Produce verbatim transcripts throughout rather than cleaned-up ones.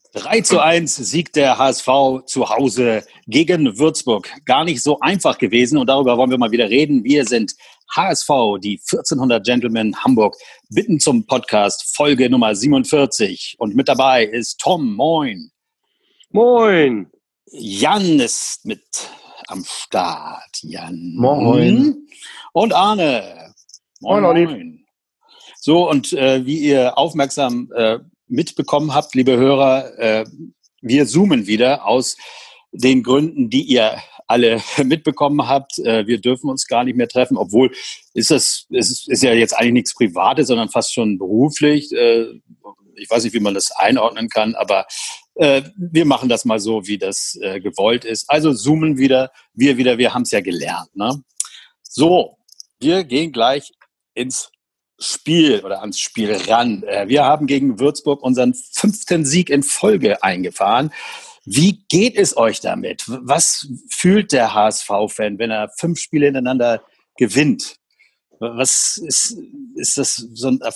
drei zu eins siegt der H S V zu Hause gegen Würzburg. Gar nicht so einfach gewesen und darüber wollen wir mal wieder reden. Wir sind H S V, die vierzehnhundert Gentlemen Hamburg, bitten zum Podcast Folge Nummer siebenundvierzig. Und mit dabei ist Tom. Moin. Moin. Jan ist mit am Start. Jan. Moin. Und Arne. Moin, moin. So, und äh, wie ihr aufmerksam äh, mitbekommen habt, liebe Hörer, äh, wir zoomen wieder aus den Gründen, die ihr alle mitbekommen habt. Äh, wir dürfen uns gar nicht mehr treffen, obwohl ist das es ist, ist ja jetzt eigentlich nichts Privates, sondern fast schon beruflich. Äh, ich weiß nicht, wie man das einordnen kann, aber äh, wir machen das mal so, wie das äh, gewollt ist. Also zoomen wieder, wir wieder, wir haben es ja gelernt. Ne? So, wir gehen gleich ins Spiel oder ans Spiel ran. Wir haben gegen Würzburg unseren fünften Sieg in Folge eingefahren. Wie geht es euch damit? Was fühlt der H S V-Fan, wenn er fünf Spiele hintereinander gewinnt? Was ist, ist das so ein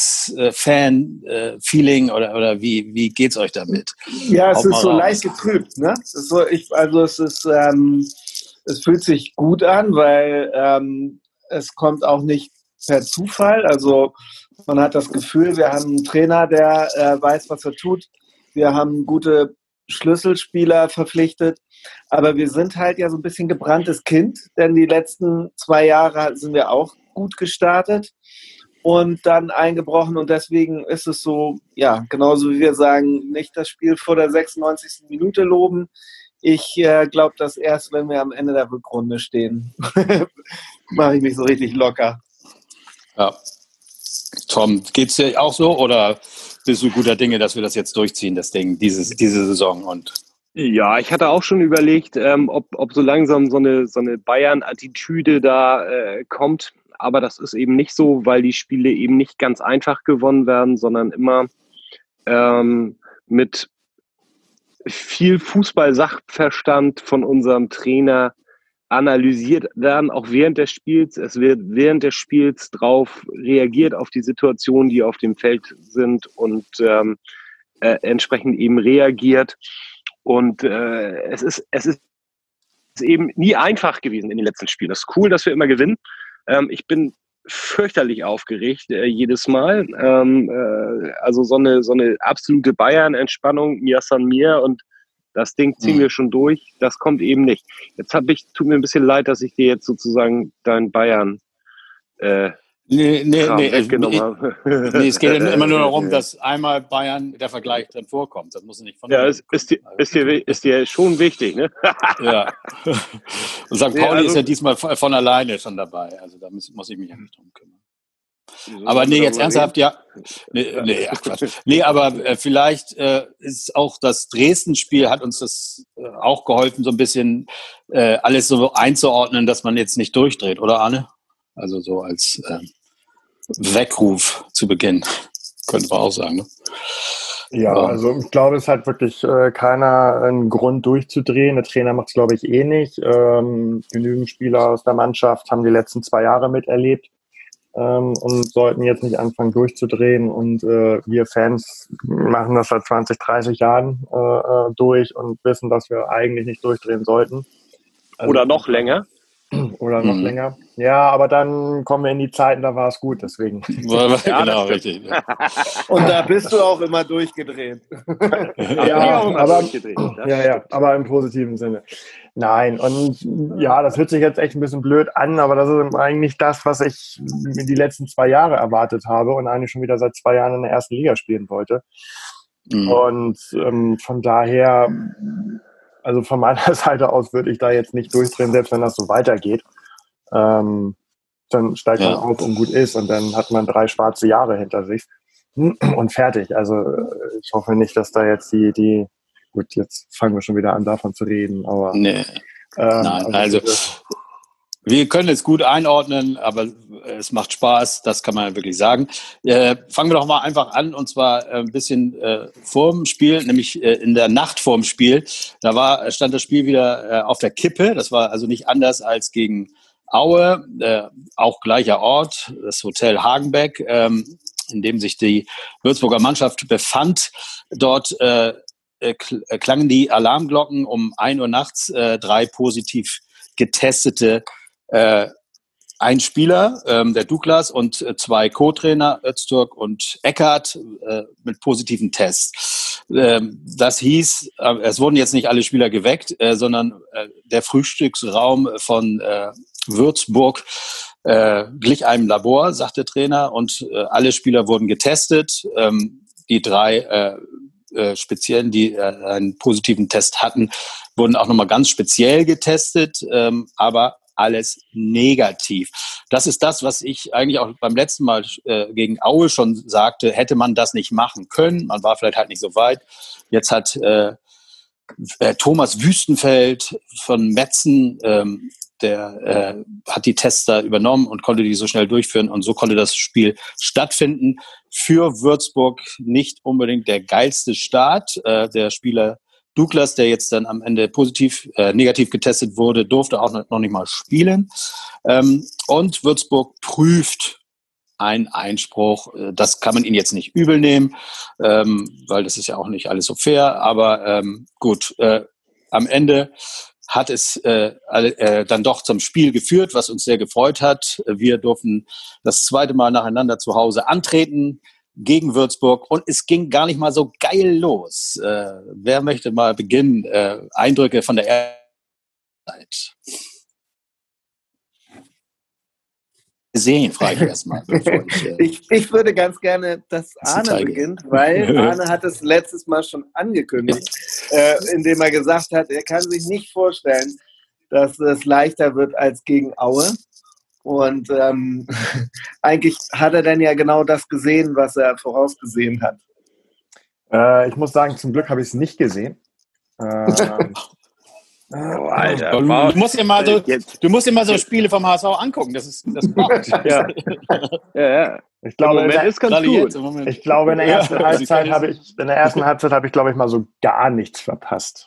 Erfolgsfan-Feeling oder, oder wie, wie geht's euch damit? Ja, es Haut ist mal so raus. leicht getrübt, ne? Es ist so, ich, also es ist, ähm, es fühlt sich gut an, weil ähm, es kommt auch nicht per Zufall. Also man hat das Gefühl, wir haben einen Trainer, der äh, weiß, was er tut. Wir haben gute Schlüsselspieler verpflichtet. Aber wir sind halt ja so ein bisschen gebranntes Kind, denn die letzten zwei Jahre sind wir auch gut gestartet und dann eingebrochen. Und deswegen ist es so, ja, genauso wie wir sagen, nicht das Spiel vor der sechsundneunzigsten Minute loben. Ich äh, glaube, dass erst, wenn wir am Ende der Rückrunde stehen, mache ich mich so richtig locker. Ja. Tom, geht's dir auch so oder bist du guter Dinge, dass wir das jetzt durchziehen, das Ding, dieses, diese Saison? Und Ja, ich hatte auch schon überlegt, ähm, ob, ob so langsam so eine, so eine Bayern-Attitüde da äh, kommt. Aber das ist eben nicht so, weil die Spiele eben nicht ganz einfach gewonnen werden, sondern immer ähm, mit viel Fußball-Sachverstand von unserem Trainer analysiert werden, auch während des Spiels. Es wird während des Spiels drauf reagiert, auf die Situationen, die auf dem Feld sind und ähm, äh, entsprechend eben reagiert. Und äh, es ist es ist eben nie einfach gewesen in den letzten Spielen. Das ist cool, dass wir immer gewinnen. Ähm, ich bin fürchterlich aufgeregt äh, jedes Mal. Ähm, äh, also so eine so eine absolute Bayern-Entspannung, mir san mir und das Ding ziehen Mhm. wir schon durch. Das kommt eben nicht. Jetzt habe ich, tut mir ein bisschen leid, dass ich dir jetzt sozusagen dein Bayern äh, Nee, nee, Kram nee, weggenommen ich, habe. nee, es geht immer nur darum, dass einmal Bayern der Vergleich dann vorkommt. Das muss nicht von Ja, mir ist, ist, dir, ist, dir, ist dir schon wichtig, ne? Ja. Und Sankt Nee, Pauli also- ist ja diesmal von von alleine schon dabei. Also da muss, muss ich mich ja nicht drum kümmern. Aber nee, jetzt ernsthaft, ja. Nee, nee, ach Quatsch. Nee, aber äh, vielleicht äh, ist auch das Dresden-Spiel, hat uns das äh, auch geholfen, so ein bisschen äh, alles so einzuordnen, dass man jetzt nicht durchdreht, oder Arne? Also so als äh, Weckruf zu Beginn, könnte man auch sagen. Ne? Ja, Ja. also ich glaube, es hat wirklich äh, keiner einen Grund durchzudrehen. Der Trainer macht es, glaube ich, eh nicht. Ähm, genügend Spieler aus der Mannschaft haben die letzten zwei Jahre miterlebt ähm, und sollten jetzt nicht anfangen durchzudrehen. Und äh, wir Fans machen das seit zwanzig, dreißig Jahren äh, äh, durch und wissen, dass wir eigentlich nicht durchdrehen sollten. Also, Oder noch länger. Oder noch Mhm. länger. Ja, aber dann kommen wir in die Zeiten, da war es gut, deswegen. Ja, genau, das richtig. Und da bist du auch immer durchgedreht. Ja, auch immer aber, durchgedreht. Das ja, ja, aber im positiven Sinne. Nein, und ja, das hört sich jetzt echt ein bisschen blöd an, aber das ist eigentlich das, was ich die letzten zwei Jahre erwartet habe und eigentlich schon wieder seit zwei Jahren in der ersten Liga spielen wollte. Mhm. Und ähm, von daher, also von meiner Seite aus würde ich da jetzt nicht durchdrehen, selbst wenn das so weitergeht. Ähm, dann steigt Ja. man auf und gut ist und dann hat man drei schwarze Jahre hinter sich und fertig. Also ich hoffe nicht, dass da jetzt die, die gut, jetzt fangen wir schon wieder an, davon zu reden, aber Nee. ähm, Nein, also dieses- wir können es gut einordnen, aber es macht Spaß, das kann man wirklich sagen. Äh, fangen wir doch mal einfach an, und zwar äh, ein bisschen äh, vorm Spiel, nämlich äh, in der Nacht vorm Spiel. Da war, stand das Spiel wieder äh, auf der Kippe. Das war also nicht anders als gegen Aue, äh, auch gleicher Ort, das Hotel Hagenbeck, ähm, in dem sich die Würzburger Mannschaft befand. Dort äh, äh, klangen die Alarmglocken um ein Uhr nachts, äh, drei positiv getestete, äh, ein Spieler, ähm, der Douglas, und äh, zwei Co-Trainer, Öztürk und Eckhardt, äh, mit positiven Tests. Ähm, das hieß, äh, es wurden jetzt nicht alle Spieler geweckt, äh, sondern äh, der Frühstücksraum von äh, Würzburg äh, glich einem Labor, sagt der Trainer, und äh, alle Spieler wurden getestet. Ähm, die drei äh, äh, Speziellen, die äh, einen positiven Test hatten, wurden auch nochmal ganz speziell getestet, ähm, aber alles negativ. Das ist das, was ich eigentlich auch beim letzten Mal äh, gegen Aue schon sagte, hätte man das nicht machen können. Man war vielleicht halt nicht so weit. Jetzt hat äh, äh, Thomas Wüstenfeld von Metzen, ähm, der äh, hat die Tests da übernommen und konnte die so schnell durchführen, und so konnte das Spiel stattfinden. Für Würzburg nicht unbedingt der geilste Start. Äh, der Spieler Douglas, der jetzt dann am Ende positiv, äh, negativ getestet wurde, durfte auch noch nicht mal spielen. Ähm, und Würzburg prüft einen Einspruch. Das kann man ihnen jetzt nicht übel nehmen, ähm, weil das ist ja auch nicht alles so fair. Aber ähm, gut, äh, am Ende hat es äh, äh, dann doch zum Spiel geführt, was uns sehr gefreut hat. Wir durften das zweite Mal nacheinander zu Hause antreten gegen Würzburg, und es ging gar nicht mal so geil los. Äh, wer möchte mal beginnen? Äh, Eindrücke von der ersten Zeit. Gesehen, frage ich erstmal. Ich, äh, ich, ich würde ganz gerne, dass Arne beginnt, weil Arne hat es letztes Mal schon angekündigt, äh, indem er gesagt hat, er kann sich nicht vorstellen, dass es leichter wird als gegen Aue. Und ähm, eigentlich hat er dann ja genau das gesehen, was er vorausgesehen hat. Äh, ich muss sagen, zum Glück habe ich es nicht gesehen. Äh, Oh, Alter, du, du musst dir mal so, du musst dir mal so Spiele vom H S V angucken. Das ist das braucht. ja. ja, ja. Ich glaube, Moment der, ist ganz gut. Jetzt, ich glaube, in der ersten ja, Halbzeit habe ich, in der ersten Halbzeit habe ich, glaube ich, mal so gar nichts verpasst.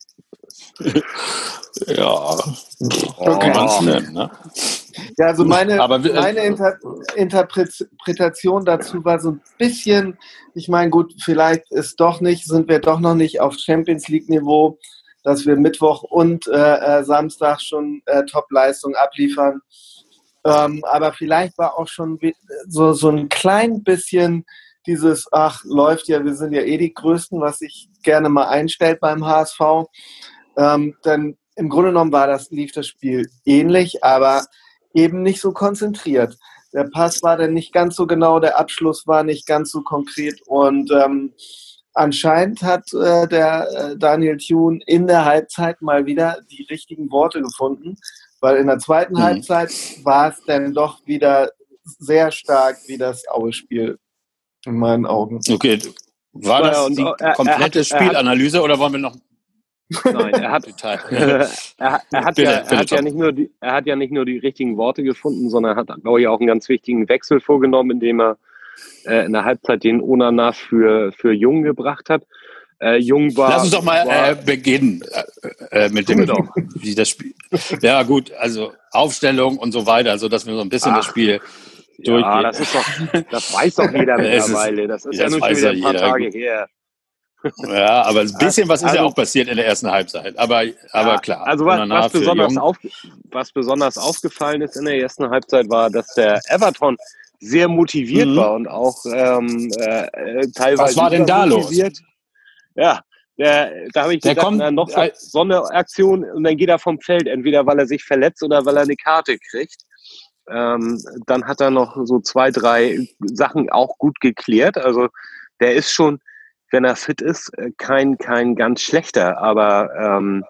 Ja, okay. Ganz nett, ne? Ja, also meine, Aber, äh, meine Inter Interpretation dazu war so ein bisschen, ich meine, gut, vielleicht ist doch nicht, sind wir doch noch nicht auf Champions League Niveau, dass wir Mittwoch und äh, Samstag schon äh, Top-Leistung abliefern. Ähm, aber vielleicht war auch schon so, so ein klein bisschen dieses, ach, läuft ja, wir sind ja eh die Größten, was sich gerne mal einstellt beim H S V. Ähm, denn im Grunde genommen war das, lief das Spiel ähnlich, aber eben nicht so konzentriert. Der Pass war dann nicht ganz so genau, der Abschluss war nicht ganz so konkret, und ähm, anscheinend hat äh, der äh, Daniel Thune in der Halbzeit mal wieder die richtigen Worte gefunden, weil in der zweiten mhm. Halbzeit war es dann doch wieder sehr stark wie das Aue-Spiel in meinen Augen. Okay, war das und, die er, komplette er hat, Spielanalyse er hat, oder wollen wir noch? Nein, er hat, er, er hat, ja, er hat ja nicht nur die, er hat ja nicht nur die richtigen Worte gefunden, sondern er hat, glaube ich, auch einen ganz wichtigen Wechsel vorgenommen, indem er äh, in der Halbzeit den Onana für, für Jung gebracht hat. Äh, Jung war. Lass uns doch mal war, äh, beginnen äh, äh, mit dem, doch. wie das Spiel. Ja gut, also Aufstellung und so weiter, also dass wir so ein bisschen Ach, das Spiel durchgehen. Ja, das ist doch, das weiß doch jeder mittlerweile. Das ist ja nur schon wieder ein paar Tage gut. her. Ja, aber ein bisschen was ist also, ja auch passiert in der ersten Halbzeit. Aber, aber ja, klar. Also was, was, besonders auf, was besonders aufgefallen ist in der ersten Halbzeit war, dass der Everton sehr motiviert mhm. war und auch ähm, äh, teilweise. Was war denn da motiviert. los? Ja, der, da habe ich der gedacht, kommt, na, noch so, so eine Aktion, und dann geht er vom Feld, entweder weil er sich verletzt oder weil er eine Karte kriegt. Ähm, dann hat er noch so zwei, drei Sachen auch gut geklärt. Also der ist schon, wenn er fit ist, kein, kein ganz schlechter, aber ähm,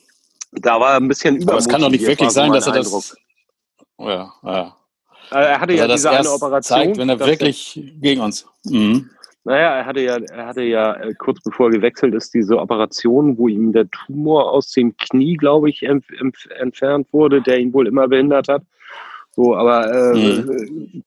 da war er ein bisschen übermotiviert. Aber es kann doch nicht wirklich sein, dass er Eindruck. das... Ja, ja. Er hatte ja das diese eine Operation. Zeigt, wenn er wirklich er, gegen uns... Mhm. Naja, er hatte ja, er hatte ja kurz bevor er gewechselt ist, diese Operation, wo ihm der Tumor aus dem Knie, glaube ich, ent, ent, entfernt wurde, der ihn wohl immer behindert hat. So, aber äh, mhm.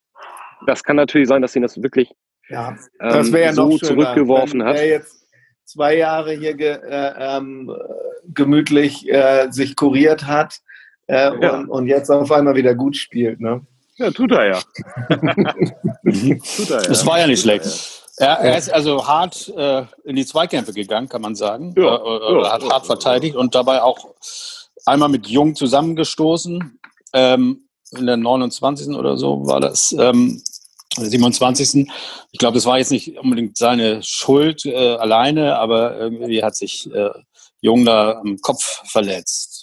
das kann natürlich sein, dass ihn das wirklich ja, das wäre ja so noch schöner, zurückgeworfen hat. Er jetzt zwei Jahre hier ge, äh, ähm, gemütlich äh, sich kuriert hat äh, ja. und, und jetzt auf einmal wieder gut spielt, ne? Ja, tut er ja. tut er ja. Das war ja nicht schlecht. Er, er ist also hart äh, in die Zweikämpfe gegangen, kann man sagen. Ja, äh, oder ja, hat ja, hart verteidigt und dabei auch einmal mit Jung zusammengestoßen. Ähm, in der neunundzwanzigsten oder so war das. Ähm, siebenundzwanzigsten Ich glaube, das war jetzt nicht unbedingt seine Schuld äh, alleine, aber irgendwie hat sich äh, Jung da am Kopf verletzt.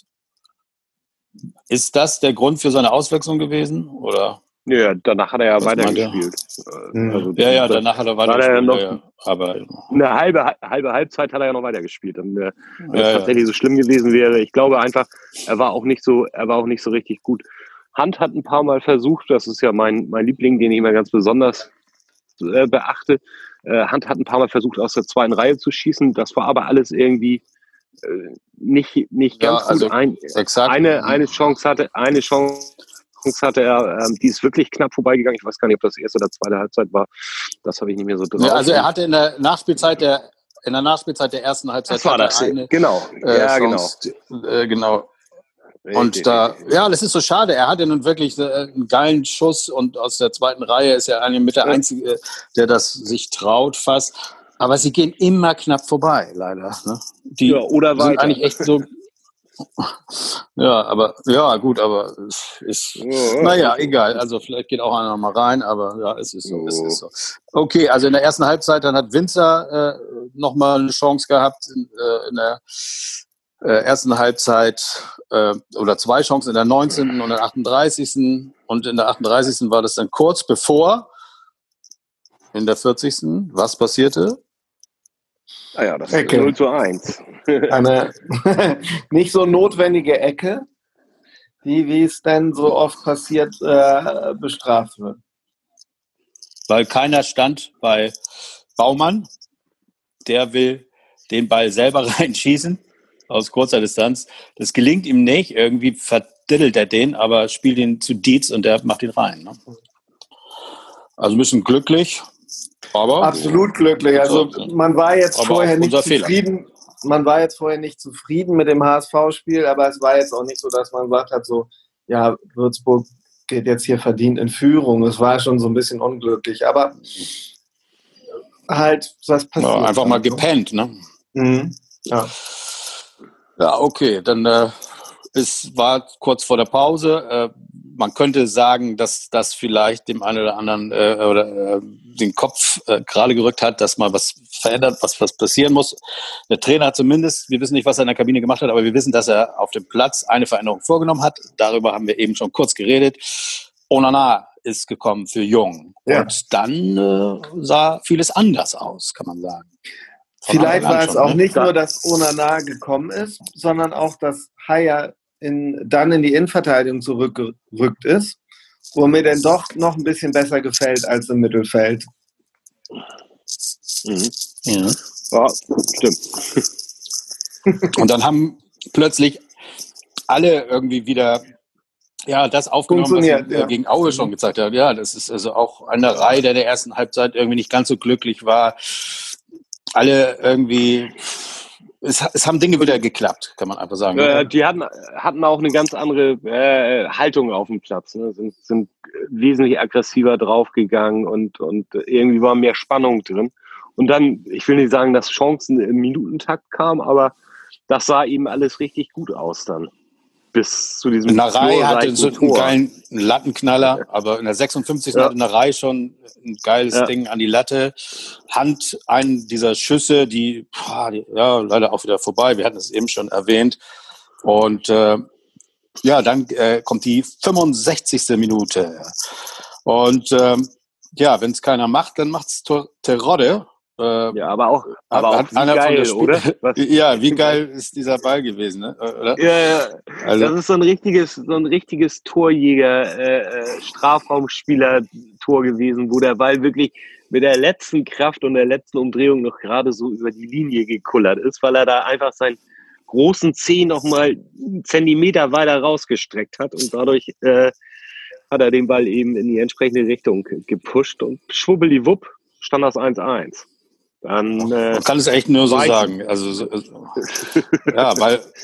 Ist das der Grund für seine Auswechslung gewesen? Oder? Ja, danach hat er ja Was meint weitergespielt. Mhm. Also, Ja, ja, das- danach hat er war er ja weitergespielt. noch Ja, ja. Aber eine halbe, halbe Halbzeit hat er ja noch weitergespielt. Und, äh, wenn es ja, tatsächlich so schlimm gewesen wäre, ich glaube einfach, er war auch nicht so, er war auch nicht so richtig gut. Hunt hat ein paar Mal versucht, das ist ja mein, mein Liebling, den ich immer ganz besonders äh, beachte. Äh, Hunt hat ein paar Mal versucht, aus der zweiten Reihe zu schießen. Das war aber alles irgendwie äh, nicht, nicht Ja, ganz also gut. Ein, exakt. eine, eine Chance hatte, eine Chance hatte er, ähm, die ist wirklich knapp vorbeigegangen. Ich weiß gar nicht, ob das erste oder zweite Halbzeit war. Das habe ich nicht mehr so drauf. Ja, also er hatte in der Nachspielzeit der in der Nachspielzeit der ersten Halbzeit Das war hatte das. eine Genau. äh, Ja, Chance, äh, genau. Richtig, Und da, richtig. ja, das ist so schade. Er hatte nun wirklich äh, einen geilen Schuss und aus der zweiten Reihe ist er eigentlich mit der Ja. Einzige, der das sich traut fast. Aber sie gehen immer knapp vorbei, leider. Ne? Die Ja, oder sind weiter. eigentlich echt so. Ja, aber ja, gut, aber es ist, Ja, naja, also. egal. Also vielleicht geht auch einer noch mal rein, aber ja, es ist so, es Ja. ist so. Okay, also in der ersten Halbzeit dann hat Winzer äh, noch mal eine Chance gehabt in, äh, in der äh, ersten Halbzeit äh, oder zwei Chancen in der neunzehnten und der achtunddreißigsten Und in der achtunddreißigsten war das dann kurz bevor in der vierzigsten Was passierte? Ah ja, das Ecke. ist null zu eins. Eine nicht so notwendige Ecke, die, wie es denn so oft passiert, äh, bestraft wird. Weil keiner stand bei Baumann. Der will den Ball selber reinschießen aus kurzer Distanz. Das gelingt ihm nicht. Irgendwie verdiddelt er den, aber spielt ihn zu Dietz und der macht ihn rein. Ne? Also ein bisschen glücklich, aber Absolut glücklich. Also man war jetzt Aber vorher auch nicht unser Fehler. zufrieden. Man war jetzt vorher nicht zufrieden mit dem H S V-Spiel, aber es war jetzt auch nicht so, dass man gesagt hat, so, ja, Würzburg geht jetzt hier verdient in Führung. Es war schon so ein bisschen unglücklich, aber halt, was passiert. ja, einfach mal gepennt, ne? Mhm. Ja. Ja, okay, dann äh, es war kurz vor der Pause. Äh, man könnte sagen, dass das vielleicht dem einen oder anderen äh, oder äh, den Kopf äh, gerade gerückt hat, dass mal was verändert, was was passieren muss. Der Trainer hat zumindest, wir wissen nicht, was er in der Kabine gemacht hat, aber wir wissen, dass er auf dem Platz eine Veränderung vorgenommen hat. Darüber haben wir eben schon kurz geredet. Onana ist gekommen für Jung. Ja. Und dann äh, sah vieles anders aus, kann man sagen. Von Vielleicht Anfang an war es schon, auch ne? nicht nur, dass Onana gekommen ist, sondern auch, dass Haier in, dann in die Innenverteidigung zurückgerückt ist, wo mir denn doch noch ein bisschen besser gefällt als im Mittelfeld. Mhm. Ja. Ja, stimmt. Und dann haben plötzlich alle irgendwie wieder ja, das aufgenommen, was sie Funktioniert, äh, ja. gegen Aue schon gezeigt hat. Ja, das ist also auch eine Reihe, der in der ersten Halbzeit irgendwie nicht ganz so glücklich war. Alle irgendwie, es, es haben Dinge wieder geklappt, kann man einfach sagen. Äh, Ne? die hatten, hatten auch eine ganz andere äh, Haltung auf dem Platz. Ne? Sind, sind wesentlich aggressiver draufgegangen und, und irgendwie war mehr Spannung drin. Und dann, ich will nicht sagen, dass Chancen im Minutentakt kamen, aber das sah eben alles richtig gut aus dann. Bis zu diesem Narei hatte so einen Tor. geilen Lattenknaller, aber in der sechsundfünfzigsten Ja. hatte Narei schon ein geiles Ja. Ding an die Latte. Hand, einen dieser Schüsse, die, boah, die ja leider auch wieder vorbei. Wir hatten es eben schon erwähnt. Und äh, ja, dann äh, kommt die fünfundsechzigste Minute. Und ähm, ja, wenn es keiner macht, dann macht's Terodde. Äh, Ja, aber auch, aber auch hat wie einer von der geil, Spiel- oder? Was, Ja, wie geil ist dieser Ball gewesen, ne? Oder? Ja, ja. Also, Das ist so ein richtiges, so ein richtiges Torjäger, äh, äh, Strafraumspieler-Tor gewesen, wo der Ball wirklich mit der letzten Kraft und der letzten Umdrehung noch gerade so über die Linie gekullert ist, weil er da einfach seinen großen Zeh nochmal einen Zentimeter weiter rausgestreckt hat und dadurch äh, hat er den Ball eben in die entsprechende Richtung gepusht und schwubbeliwupp stand das eins eins. Dann, äh, man kann es echt nur so weiß- sagen. Also, so- ja, weil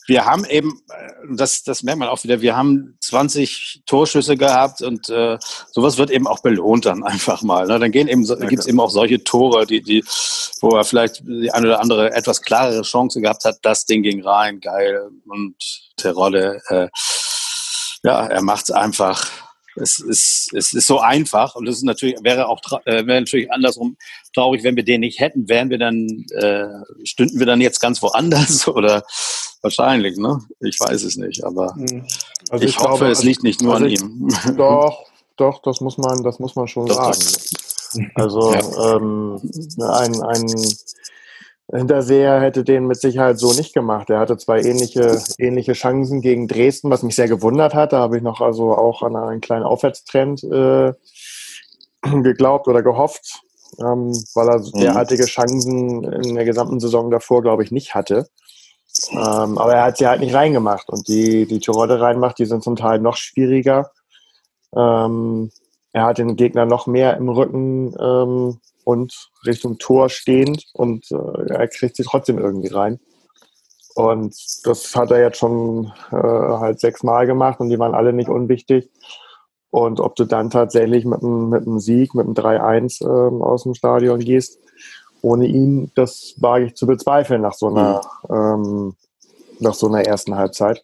wir haben eben, das, das merkt man auch wieder, wir haben zwanzig Torschüsse gehabt und äh, sowas wird eben auch belohnt dann einfach mal. Ne? Dann gehen eben, so, gibt's eben auch solche Tore, die, die, wo er vielleicht die eine oder andere etwas klarere Chance gehabt hat. Das Ding ging rein, geil. Und Terodde, äh, ja, er macht's einfach. Es ist, es ist so einfach und es ist natürlich, wäre auch äh, wäre natürlich andersrum traurig, wenn wir den nicht hätten, wären wir dann, äh, stünden wir dann jetzt ganz woanders oder wahrscheinlich, ne? Ich weiß es nicht, aber also ich, ich hoffe, glaube, es liegt nicht nur also an ich, ihm. Doch, doch, das muss man, das muss man schon Doch, sagen. Also Ja. ähm, ein, ein Hinterseher hätte den mit Sicherheit so nicht gemacht. Er hatte zwei ähnliche, ähnliche Chancen gegen Dresden, was mich sehr gewundert hat. Da habe ich noch also auch an einen kleinen Aufwärtstrend äh, geglaubt oder gehofft, ähm, weil er Mhm. derartige Chancen in der gesamten Saison davor, glaube ich, nicht hatte. Ähm, aber er hat sie halt nicht reingemacht. Und die, die Terodde reinmacht, die sind zum Teil noch schwieriger. Ähm, er hat den Gegner noch mehr im Rücken ähm, und Richtung Tor stehend und äh, er kriegt sie trotzdem irgendwie rein. Und das hat er jetzt schon äh, halt sechsmal gemacht und die waren alle nicht unwichtig. Und ob du dann tatsächlich mit einem, mit einem Sieg, mit einem drei eins ähm, aus dem Stadion gehst, ohne ihn, das wage ich zu bezweifeln nach so einer, mhm. ähm, nach so einer ersten Halbzeit.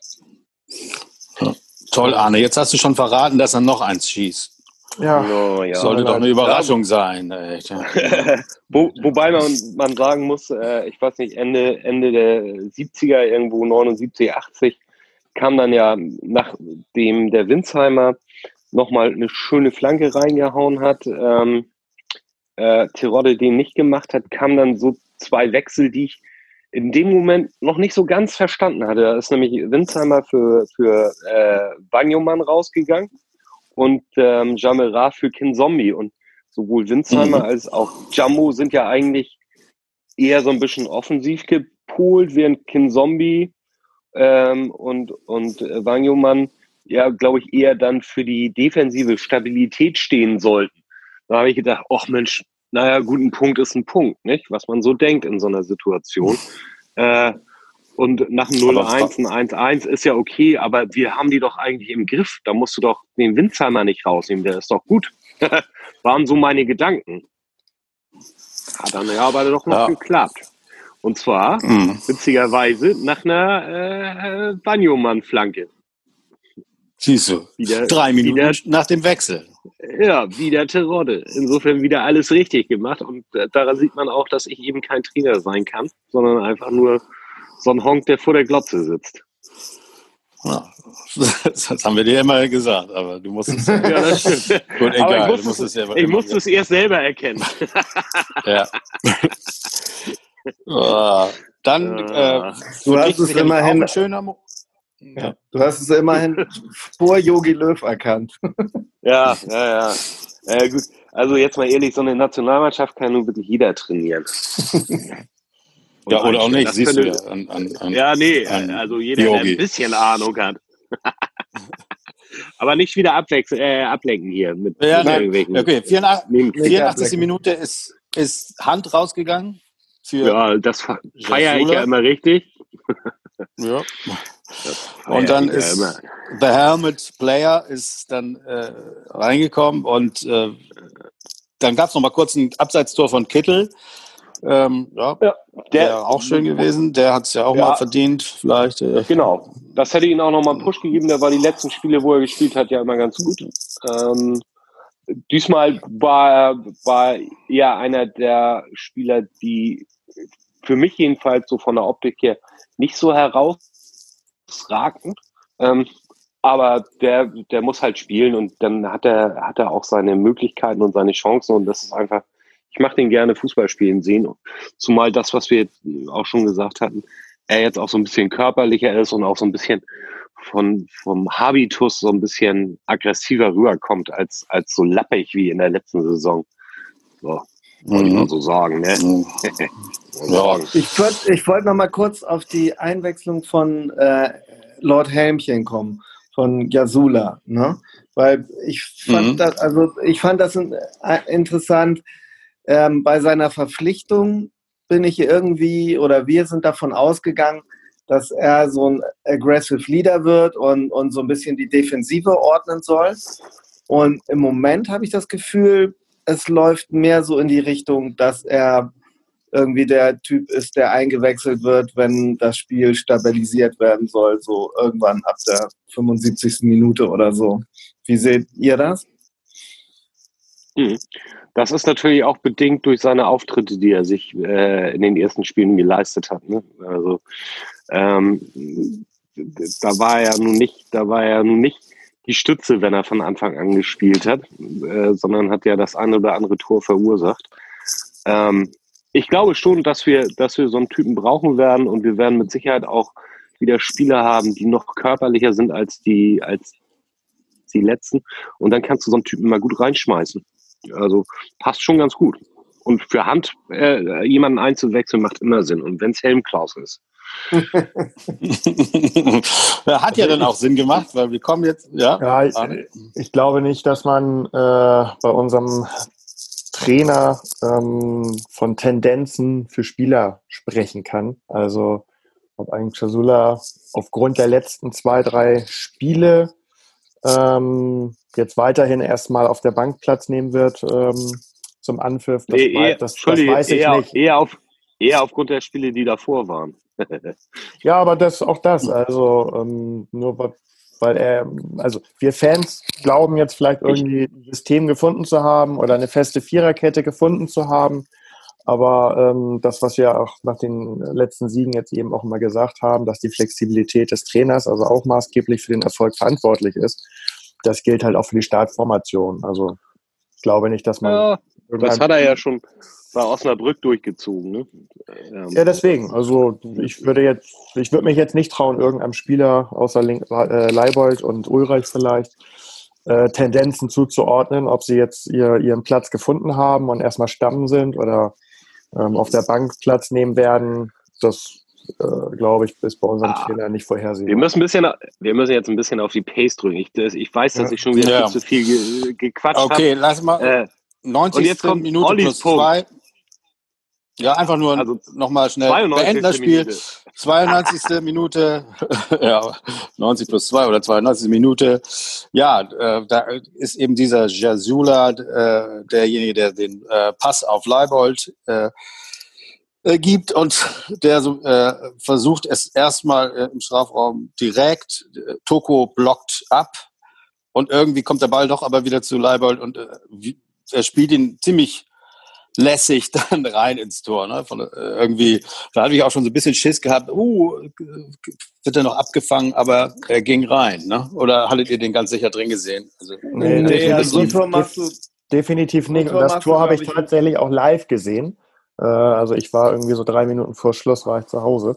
Ja. Toll, Arne. Jetzt hast du schon verraten, dass er noch eins schießt. Ja, no, ja. Sollte doch eine Überraschung ja. sein. Echt. Wo, wobei man, man sagen muss, äh, ich weiß nicht, Ende, Ende der siebziger, irgendwo neunundsiebzig, achtzig, kam dann ja, nachdem der Winsheimer nochmal eine schöne Flanke reingehauen hat, ähm, äh, Terodde den nicht gemacht hat, kamen dann so zwei Wechsel, die ich in dem Moment noch nicht so ganz verstanden hatte. Da ist nämlich Winsheimer für, für äh, Banyoman rausgegangen und ähm, Jamera für Kinzombie. Und sowohl Winsheimer mhm. als auch Jammo sind ja eigentlich eher so ein bisschen offensiv gepolt, während Kinzombie ähm, und, und äh, Banyoman ja, glaube ich, eher dann für die defensive Stabilität stehen sollten. Da habe ich gedacht, ach Mensch, naja, gut, ein Punkt ist ein Punkt, nicht? Was man so denkt in so einer Situation. Äh, und nach dem null eins, ein eins eins ist ja okay, aber wir haben die doch eigentlich im Griff. Da musst du doch den Winsheimer nicht rausnehmen, der ist doch gut. Waren so meine Gedanken. Hat dann ja aber doch noch ja. geklappt. Und zwar, mhm. witzigerweise, nach einer äh, Banyoman-Flanke. Siehst du, wieder, drei Minuten wieder, nach dem Wechsel. Ja, wieder Terodde. Insofern wieder alles richtig gemacht. Und äh, daran sieht man auch, dass ich eben kein Trainer sein kann, sondern einfach nur so ein Honk, der vor der Glotze sitzt. Ja, das haben wir dir immer gesagt, aber du musst es ja. Ja, das stimmt. Gut, egal. Aber ich musste musste es, ja ich musste es erst selber erkennen. Ja. oh, dann äh, du hast es immerhin ein schöner Mo- ja. Du hast es immerhin vor Jogi Löw erkannt. Ja, ja, ja. Äh, gut. Also jetzt mal ehrlich, so eine Nationalmannschaft kann nun wirklich jeder trainieren. Ja, oder auch nicht, siehst könnte, du ja. An, an, an, ja, nee, also jeder, der ein bisschen Ahnung hat. Aber nicht wieder abwechseln, äh, ablenken hier. Mit, ja, mit nein. irgendwelchen, okay, vierundachtzigste Minute ist, ist Hand rausgegangen. Für ja, das feiere ich ja immer richtig. Ja. Und dann ist ja The Helmet Player ist dann äh, reingekommen und äh, dann gab es noch mal kurz ein Abseitstor von Kittel. Ähm, ja, ja, der wäre auch schön gewesen. Der hat es ja auch ja, mal verdient, vielleicht. Äh. Genau. Das hätte ihm auch noch mal einen Push gegeben. Der war die letzten Spiele, wo er gespielt hat, ja immer ganz gut. Ähm, diesmal war er war eher einer der Spieler, die für mich jedenfalls so von der Optik her nicht so herausragend. Ähm, aber der, der muss halt spielen und dann hat er, hat er auch seine Möglichkeiten und seine Chancen und das ist einfach, ich mache den gerne Fußball spielen sehen. Zumal das, was wir auch schon gesagt hatten, er jetzt auch so ein bisschen körperlicher ist und auch so ein bisschen von, vom Habitus so ein bisschen aggressiver rüberkommt als, als so lappig wie in der letzten Saison. So. Wollte ich mal so sagen, ne? Ja. Ich wollte ich wollt noch mal kurz auf die Einwechslung von äh, Lord Helmchen kommen, von Jasula, ne? Weil ich fand mhm. das, also ich fand das interessant. Ähm, bei seiner Verpflichtung bin ich irgendwie, oder wir sind davon ausgegangen, dass er so ein aggressive Leader wird und, und so ein bisschen die Defensive ordnen soll. Und im Moment habe ich das Gefühl, es läuft mehr so in die Richtung, dass er irgendwie der Typ ist, der eingewechselt wird, wenn das Spiel stabilisiert werden soll, so irgendwann ab der fünfundsiebzigsten Minute oder so. Wie seht ihr das? Das ist natürlich auch bedingt durch seine Auftritte, die er sich äh, in den ersten Spielen geleistet hat. Ne? Also ähm, da war er nun nicht, da war er nun nicht die Stütze, wenn er von Anfang an gespielt hat, äh, sondern hat ja das eine oder andere Tor verursacht. Ähm, ich glaube schon, dass wir, dass wir so einen Typen brauchen werden, und wir werden mit Sicherheit auch wieder Spieler haben, die noch körperlicher sind als die, als die letzten. Und dann kannst du so einen Typen mal gut reinschmeißen. Also passt schon ganz gut. Und für Hand äh, jemanden einzuwechseln macht immer Sinn. Und wenn es Helmklaus ist. Hat ja dann auch Sinn gemacht, weil wir kommen jetzt, ja. Ja, ich, ich glaube nicht, dass man äh, bei unserem Trainer ähm, von Tendenzen für Spieler sprechen kann. Also ob ein Cazorla aufgrund der letzten zwei, drei Spiele ähm, jetzt weiterhin erstmal auf der Bank Platz nehmen wird ähm, zum Anpfiff. Das, Nee, eher, das, das weiß ich eher, nicht. Eher, auf, eher aufgrund der Spiele, die davor waren. Ja, aber das auch das. Also ähm, nur weil er, also wir Fans glauben jetzt vielleicht irgendwie ein System gefunden zu haben oder eine feste Viererkette gefunden zu haben. Aber ähm, das, was wir auch nach den letzten Siegen jetzt eben auch immer gesagt haben, dass die Flexibilität des Trainers also auch maßgeblich für den Erfolg verantwortlich ist, das gilt halt auch für die Startformation. Also ich glaube nicht, dass man... Ja, das hat er ja schon bei Osnabrück durchgezogen. Ne? Ähm. Ja, deswegen. Also ich würde jetzt, ich würde mich jetzt nicht trauen, irgendeinem Spieler außer Link, äh, Leibold und Ulreich vielleicht äh, Tendenzen zuzuordnen, ob sie jetzt ihr, ihren Platz gefunden haben und erstmal Stamm sind oder ähm, auf der Bank Platz nehmen werden. Das äh, glaube ich, ist bei unserem ah, Trainer nicht vorhersehbar. Wir müssen, ein bisschen, wir müssen jetzt ein bisschen auf die Pace drücken. Ich, das, ich weiß, dass ich schon wieder ja. viel zu viel ge, gequatscht habe. Okay, hab. lass mal. Äh, neunzigste Minute Ollis plus Punkt. zwei. Ja, einfach nur also nochmal schnell beenden das Spiel. Minute. zweiundneunzigste Minute, ja, neunzig plus zwei oder zweiundneunzigste Minute. Ja, äh, da ist eben dieser Cazorla, äh, derjenige, der den äh, Pass auf Leibold äh, äh, gibt und der so, äh, versucht es erstmal äh, im Strafraum direkt. Äh, Toko blockt ab und irgendwie kommt der Ball doch aber wieder zu Leibold und äh, er spielt ihn ziemlich lässig dann rein ins Tor. Ne? Von, äh, irgendwie, da hatte ich auch schon so ein bisschen Schiss gehabt, uh, wird er noch abgefangen, aber er ging rein. Ne? Oder hattet ihr den ganz sicher drin gesehen? Also, nee, nee, nee also definitiv, so machst du, definitiv nicht. Und das Tor habe ich tatsächlich auch live gesehen. Äh, also ich war irgendwie so drei Minuten vor Schluss, war ich zu Hause.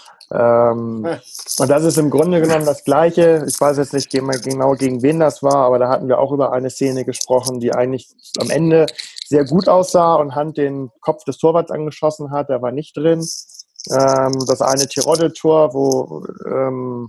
Ähm, und das ist im Grunde genommen das Gleiche. Ich weiß jetzt nicht genau, gegen wen das war, aber da hatten wir auch über eine Szene gesprochen, die eigentlich am Ende sehr gut aussah und Hand den Kopf des Torwarts angeschossen hat. Der war nicht drin. Ähm, das eine Tirode-Tor, wo ähm,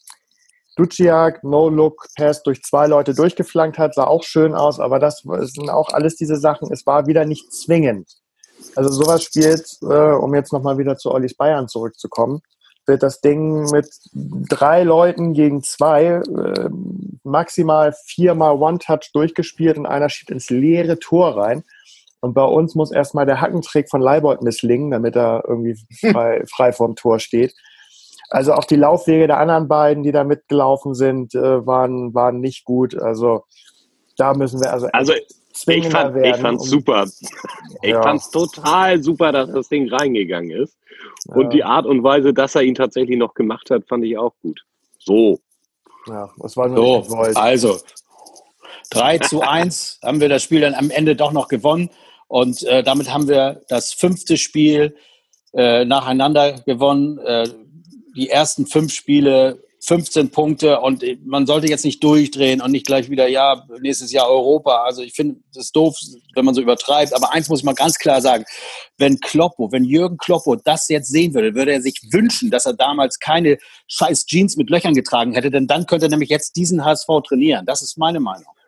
Duciak No-Look-Pass durch zwei Leute durchgeflankt hat, sah auch schön aus, aber das sind auch alles diese Sachen. Es war wieder nicht zwingend. Also sowas spielt, äh, um jetzt nochmal wieder zu Ollis Bayern zurückzukommen, wird das Ding mit drei Leuten gegen zwei äh, maximal viermal One-Touch durchgespielt und einer schiebt ins leere Tor rein. Und bei uns muss erstmal der Hackentrick von Leibold misslingen, damit er irgendwie frei, frei vorm Tor steht. Also auch die Laufwege der anderen beiden, die da mitgelaufen sind, äh, waren, waren nicht gut. Also da müssen wir also... also Ich fand es um, super. Ich ja. fand es total super, dass das Ding reingegangen ist. Ja. Und die Art und Weise, dass er ihn tatsächlich noch gemacht hat, fand ich auch gut. So. Ja, das war nur so, also drei zu eins haben wir das Spiel dann am Ende doch noch gewonnen. Und äh, damit haben wir das fünfte Spiel äh, nacheinander gewonnen. Äh, die ersten fünf Spiele fünfzehn Punkte und man sollte jetzt nicht durchdrehen und nicht gleich wieder, ja, nächstes Jahr Europa. Also ich finde, das ist doof, wenn man so übertreibt. Aber eins muss ich mal ganz klar sagen, wenn Kloppo, wenn Jürgen Kloppo das jetzt sehen würde, würde er sich wünschen, dass er damals keine scheiß Jeans mit Löchern getragen hätte, denn dann könnte er nämlich jetzt diesen H S V trainieren. Das ist meine Meinung.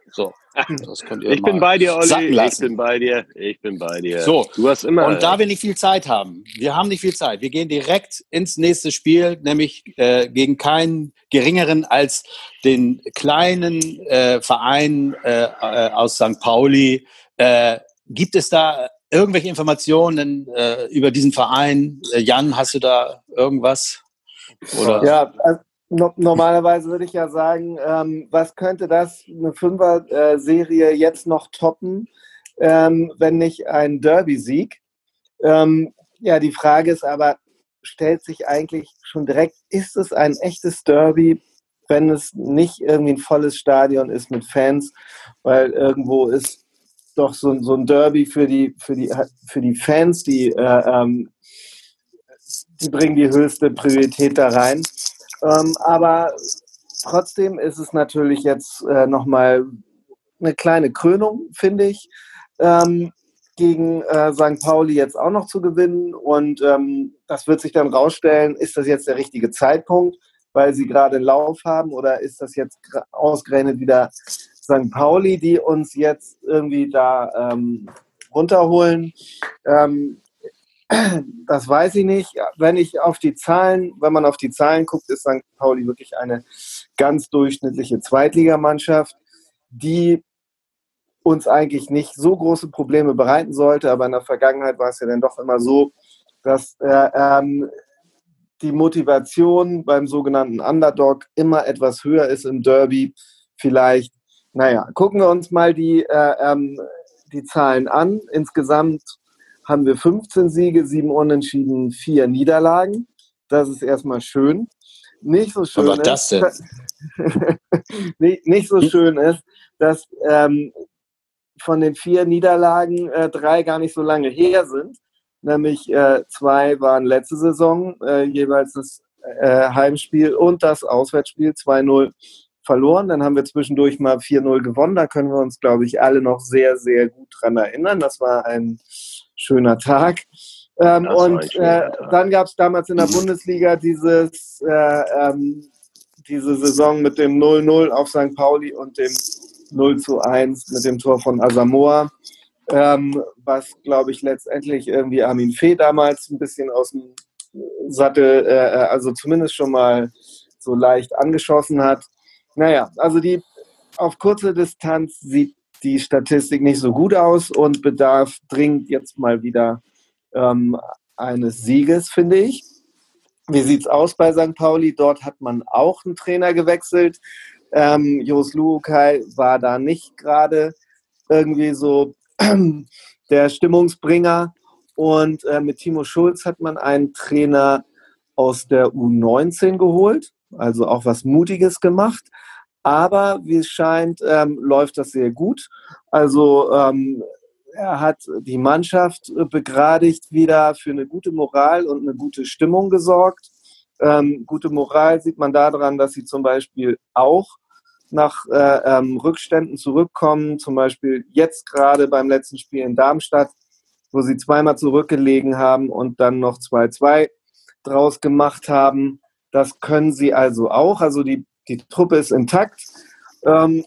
So. Das könnt ihr Ich mal bin bei dir, Olli. sacken Ich lassen. bin bei dir. Ich bin bei dir. So, Du hast immer. und da wir nicht viel Zeit haben, wir haben nicht viel Zeit, wir gehen direkt ins nächste Spiel, nämlich äh, gegen keinen geringeren als den kleinen äh, Verein äh, äh, aus Sankt Pauli. Äh, gibt es da irgendwelche Informationen äh, über diesen Verein? Äh, Jan, hast du da irgendwas? Oder? Ja, also, no, normalerweise würde ich ja sagen, ähm, was könnte das, eine Fünfer-Serie jetzt noch toppen, ähm, wenn nicht ein Derby-Sieg? Ähm, ja, die Frage ist aber, stellt sich eigentlich schon direkt, ist es ein echtes Derby, wenn es nicht irgendwie ein volles Stadion ist mit Fans? Weil irgendwo ist doch so, so ein Derby für die, für die, für die Fans, die, äh, ähm, die bringen die höchste Priorität da rein. Ähm, aber trotzdem ist es natürlich jetzt äh, nochmal eine kleine Krönung, finde ich, ähm, gegen äh, Sankt Pauli jetzt auch noch zu gewinnen. Und ähm, das wird sich dann rausstellen, ist das jetzt der richtige Zeitpunkt, weil sie gerade einen Lauf haben, oder ist das jetzt ausgerechnet wieder Sankt Pauli, die uns jetzt irgendwie da ähm, runterholen? Ähm, Das weiß ich nicht. Wenn ich auf die Zahlen, wenn man auf die Zahlen guckt, ist Sankt Pauli wirklich eine ganz durchschnittliche Zweitligamannschaft, die uns eigentlich nicht so große Probleme bereiten sollte. Aber in der Vergangenheit war es ja dann doch immer so, dass äh, ähm, die Motivation beim sogenannten Underdog immer etwas höher ist im Derby. Vielleicht, naja, gucken wir uns mal die, äh, ähm, die Zahlen an. Insgesamt haben wir fünfzehn Siege, sieben Unentschieden, vier Niederlagen. Das ist erstmal schön. Nicht so schön Was war das denn? nicht, nicht so schön ist, dass ähm, von den vier Niederlagen äh, drei gar nicht so lange her sind. Nämlich äh, zwei waren letzte Saison, äh, jeweils das äh, Heimspiel und das Auswärtsspiel zwei null verloren. Dann haben wir zwischendurch mal vier null gewonnen. Da können wir uns, glaube ich, alle noch sehr, sehr gut dran erinnern. Das war ein schöner Tag. Ähm, und äh, dann gab es damals in der Bundesliga dieses, äh, ähm, diese Saison mit dem null null auf Sankt Pauli und dem null zu eins mit dem Tor von Asamoah, ähm, was, glaube ich, letztendlich irgendwie Armin Fee damals ein bisschen aus dem Sattel, äh, also zumindest schon mal so leicht angeschossen hat. Naja, also die auf kurze Distanz sieht die Statistik nicht so gut aus und bedarf dringend jetzt mal wieder ähm, eines Sieges, finde ich. Wie sieht es aus bei Sankt Pauli? Dort hat man auch einen Trainer gewechselt. Ähm, Jos Luhukay war da nicht gerade irgendwie so der Stimmungsbringer. Und äh, mit Timo Schulz hat man einen Trainer aus der U neunzehn geholt, also auch was Mutiges gemacht. Aber wie es scheint, ähm, läuft das sehr gut. Also ähm, er hat die Mannschaft begradigt wieder, für eine gute Moral und eine gute Stimmung gesorgt. Ähm, gute Moral sieht man daran, dass sie zum Beispiel auch nach äh, ähm, Rückständen zurückkommen. Zum Beispiel jetzt gerade beim letzten Spiel in Darmstadt, wo sie zweimal zurückgelegen haben und dann noch zwei zwei draus gemacht haben. Das können sie also auch. Also die, die Truppe ist intakt. Ähm,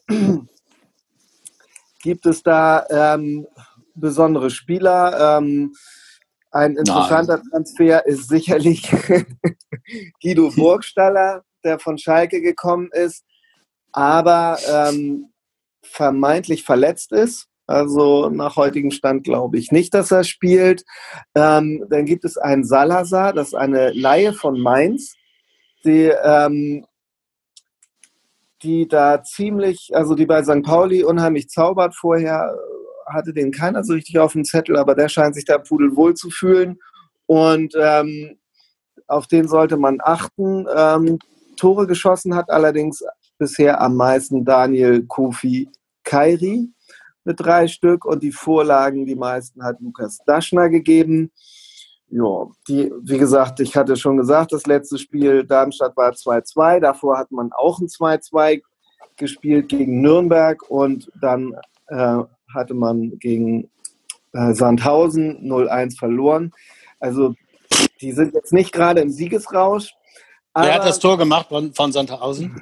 gibt es da ähm, besondere Spieler? Ähm, ein interessanter Nein. Transfer ist sicherlich Guido Burgstaller, der von Schalke gekommen ist, aber ähm, vermeintlich verletzt ist. Also nach heutigem Stand glaube ich nicht, dass er spielt. Ähm, dann gibt es einen Salazar, das ist eine Laie von Mainz, die, ähm, die da ziemlich, also die bei Sankt Pauli unheimlich zaubert. Vorher hatte den keiner so richtig auf dem Zettel, aber der scheint sich da pudelwohl zu fühlen. Und ähm, auf den sollte man achten. Ähm, Tore geschossen hat allerdings bisher am meisten Daniel Kofi Kairi mit drei Stück und die Vorlagen, die meisten hat Lukas Daschner gegeben. Ja, die, wie gesagt, ich hatte schon gesagt, das letzte Spiel Darmstadt war zwei zwei, davor hat man auch ein zwei zwei gespielt gegen Nürnberg und dann äh, hatte man gegen äh, Sandhausen null eins verloren. Also die sind jetzt nicht gerade im Siegesrausch, Aber wer hat das Tor gemacht von, von Sandhausen?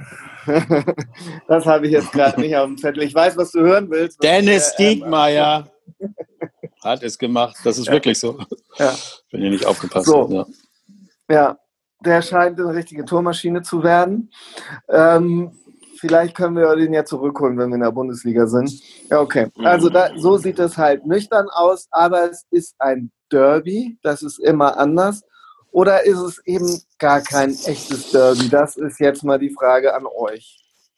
Das habe ich jetzt gerade nicht auf dem Zettel. Ich weiß, was du hören willst. Dennis Diekmeyer hat es gemacht. Das ist ja wirklich so. Ja. Wenn ihr nicht aufgepasst so. habt. Ja. ja, der scheint eine richtige Tormaschine zu werden. Ähm, vielleicht können wir den ja zurückholen, wenn wir in der Bundesliga sind. Ja, okay. Also da, so sieht es halt nüchtern aus, aber es ist ein Derby. Das ist immer anders. Oder ist es eben gar kein echtes Derby? Das ist jetzt mal die Frage an euch.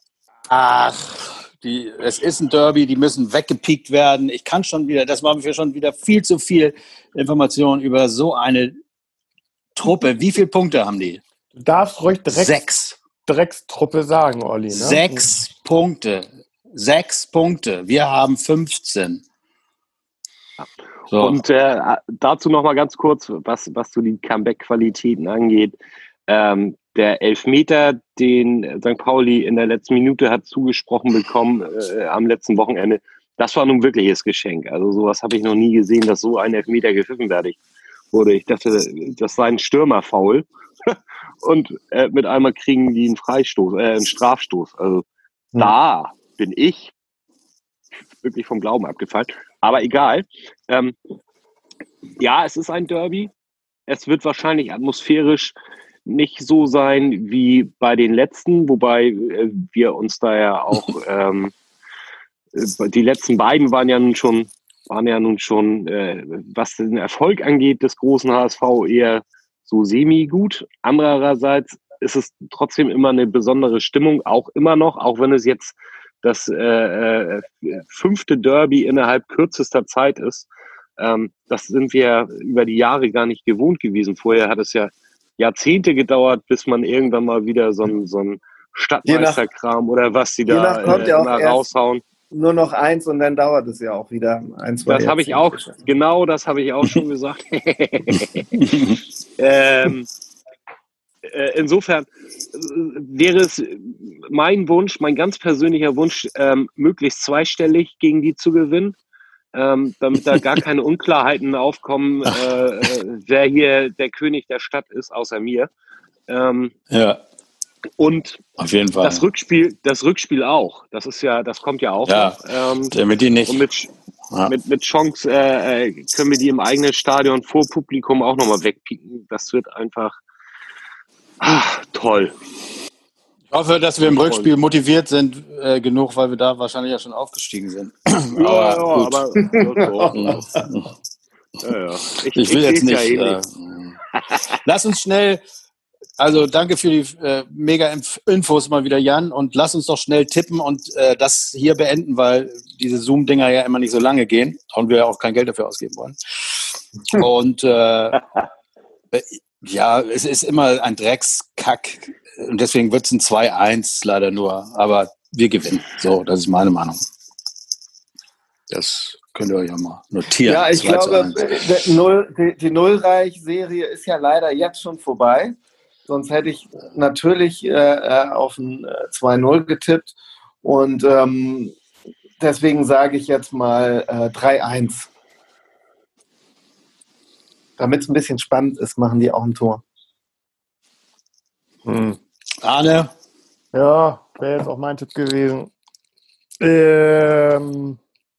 Ach, die, es ist ein Derby, die müssen weggepiekt werden. Ich kann schon wieder, das war mir schon wieder viel zu viel Information über so eine Truppe. Wie viele Punkte haben die? Du darfst ruhig direkt Sechs. Dreckstruppe sagen, Olli. Ne? Sechs Punkte. Sechs Punkte. Wir haben fünfzehn. So. Und äh, dazu noch mal ganz kurz, was, was so die Comeback-Qualitäten angeht. Ähm, der Elfmeter, den Sankt Pauli in der letzten Minute hat zugesprochen bekommen äh, am letzten Wochenende, das war nun wirkliches Geschenk. Also sowas habe ich noch nie gesehen, dass so ein Elfmeter gepfiffen wurde. Ich dachte, das sei ein Stürmerfoul. Und äh, mit einmal kriegen die einen Freistoß, äh, einen Strafstoß. Also hm. da bin ich wirklich vom Glauben abgefallen. Aber egal. Ähm, ja, es ist ein Derby. Es wird wahrscheinlich atmosphärisch nicht so sein wie bei den letzten, wobei äh, wir uns da ja auch ähm, die letzten beiden waren ja nun schon, waren ja nun schon, äh, was den Erfolg angeht, des großen H S V eher so semi-gut. Andererseits ist es trotzdem immer eine besondere Stimmung, auch immer noch, auch wenn es jetzt das äh, äh, fünfte Derby innerhalb kürzester Zeit ist. Ähm, das sind wir über die Jahre gar nicht gewohnt gewesen. Vorher hat es ja Jahrzehnte gedauert, bis man irgendwann mal wieder so ein, so ein Stadtmeisterkram oder was die da äh, ja immer raushauen. Nur noch eins und dann dauert es ja auch wieder ein, zwei Das habe ich auch, genau das habe ich auch schon gesagt. ähm, äh, insofern wäre es mein Wunsch, mein ganz persönlicher Wunsch, ähm, möglichst zweistellig gegen die zu gewinnen. Ähm, damit da gar keine Unklarheiten aufkommen, äh, wer hier der König der Stadt ist, außer mir. Ähm, ja. Und auf jeden Fall. Das Rückspiel, das Rückspiel auch. Das ist ja, das kommt ja auch. Ja, ähm, damit die nicht. Und mit, ja. mit, mit Chance äh, können wir die im eigenen Stadion vor Publikum auch nochmal wegpieken. Das wird einfach ach, toll. Ich hoffe, dass wir im Rückspiel motiviert sind äh, genug, weil wir da wahrscheinlich ja schon aufgestiegen sind. Ja, aber, ja, gut. aber ja, ja. Ich, ich will ich jetzt nicht. Ja eh äh, nicht. Lass uns schnell, also danke für die äh, mega Infos mal wieder, Jan, und lass uns doch schnell tippen und äh, das hier beenden, weil diese Zoom-Dinger ja immer nicht so lange gehen und wir ja auch kein Geld dafür ausgeben wollen. Und äh, ja, es ist immer ein Dreckskack. Und deswegen wird es ein zwei eins leider nur. Aber wir gewinnen. So, das ist meine Meinung. Das könnt ihr euch ja mal notieren. Ja, ich glaube, die, Null, die, die Nullreich-Serie ist ja leider jetzt schon vorbei. Sonst hätte ich natürlich äh, auf ein äh, zwei null getippt. Und ähm, deswegen sage ich jetzt mal äh, drei eins. Damit es ein bisschen spannend ist, machen die auch ein Tor. Hm. Arne? Ja, wäre jetzt auch mein Tipp gewesen. Ähm,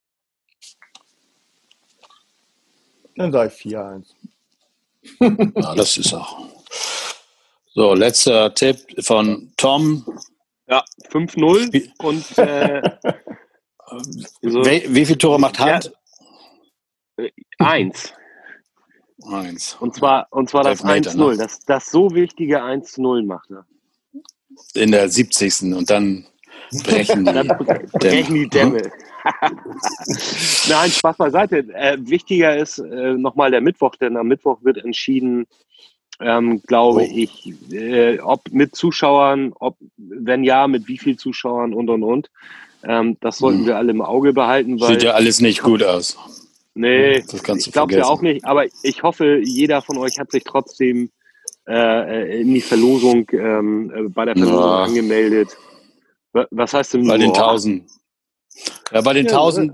dann sage ich vier eins. Ja, das ist auch. So, letzter Tipp von Tom. Ja, fünf null. Und äh, so, wie, wie viele Tore macht Hand? Ja, eins. Eins. Und zwar, und zwar das eins null. Ne? Das, das so wichtige eins null macht er. In der siebzigsten Und dann brechen die, brechen die Dämme. Nein, Spaß beiseite. Äh, wichtiger ist äh, nochmal der Mittwoch, denn am Mittwoch wird entschieden, ähm, glaube oh. ich, äh, ob mit Zuschauern, ob, wenn ja, mit wie viel Zuschauern und und und. Ähm, das sollten hm. wir alle im Auge behalten. Weil sieht ja alles nicht gut aus. Nee, das kannst du ich glaube ja auch nicht, aber ich hoffe, jeder von euch hat sich trotzdem äh, in die Verlosung, ähm, bei der Verlosung ja. angemeldet. Was heißt denn Bei nur? den tausend. Ja, bei den ja, tausend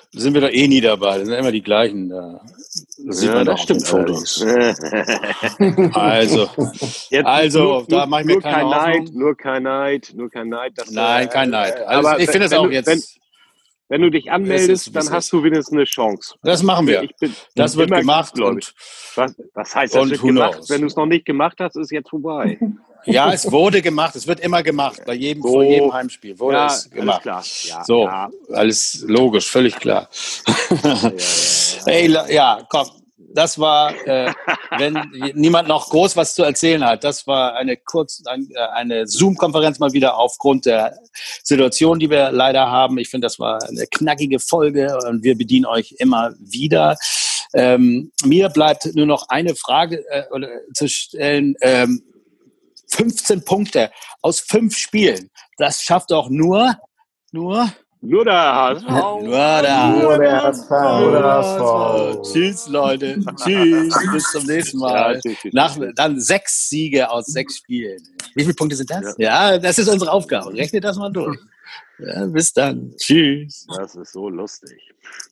sind wir doch eh nie dabei. Das sind immer die gleichen. Da das sieht Ja, man doch das auf den stimmt Fotos. allerdings. Also, Jetzt also nur, da nur, mache ich mir nur keine kein Hoffnung. Neid, nur kein Neid, nur kein Neid. Dass, Nein, kein äh, Neid. äh, Also, aber ich finde es wenn auch du, jetzt. Wenn, wenn du dich Es anmeldest, ist, wie dann es hast ist. du wenigstens eine Chance. Das machen wir. Ich bin Das wird immer gemacht gutgläubig. und, Was, was heißt, das und wird who gemacht? knows? Wenn du es noch nicht gemacht hast, ist es jetzt vorbei. Ja, es wurde gemacht. Es wird immer gemacht. Bei jedem, So. vor jedem Heimspiel wurde Ja, es alles gemacht. klar. Ja, so, ja. alles logisch, völlig klar. Ja, ja, ja, Hey, la- ja, komm. Das war, äh, wenn niemand noch groß was zu erzählen hat, das war eine kurz, ein, äh, eine Zoom-Konferenz mal wieder aufgrund der Situation, die wir leider haben. Ich finde, das war eine knackige Folge und wir bedienen euch immer wieder. Ähm, mir bleibt nur noch eine Frage äh, oder, zu stellen. Ähm, fünfzehn Punkte aus fünf Spielen. Das schafft doch nur, nur, Nur der H S V. nur der, Nur der H S V. Nur der H S V. Tschüss, Leute. Tschüss. Bis zum nächsten Mal. Ja, tschüss, tschüss, Nach, tschüss. dann sechs Siege aus sechs Spielen. Wie viele Punkte sind das? Ja, ja, das ist unsere Aufgabe. Rechnet das mal durch. Ja, bis dann. Tschüss. Das ist so lustig.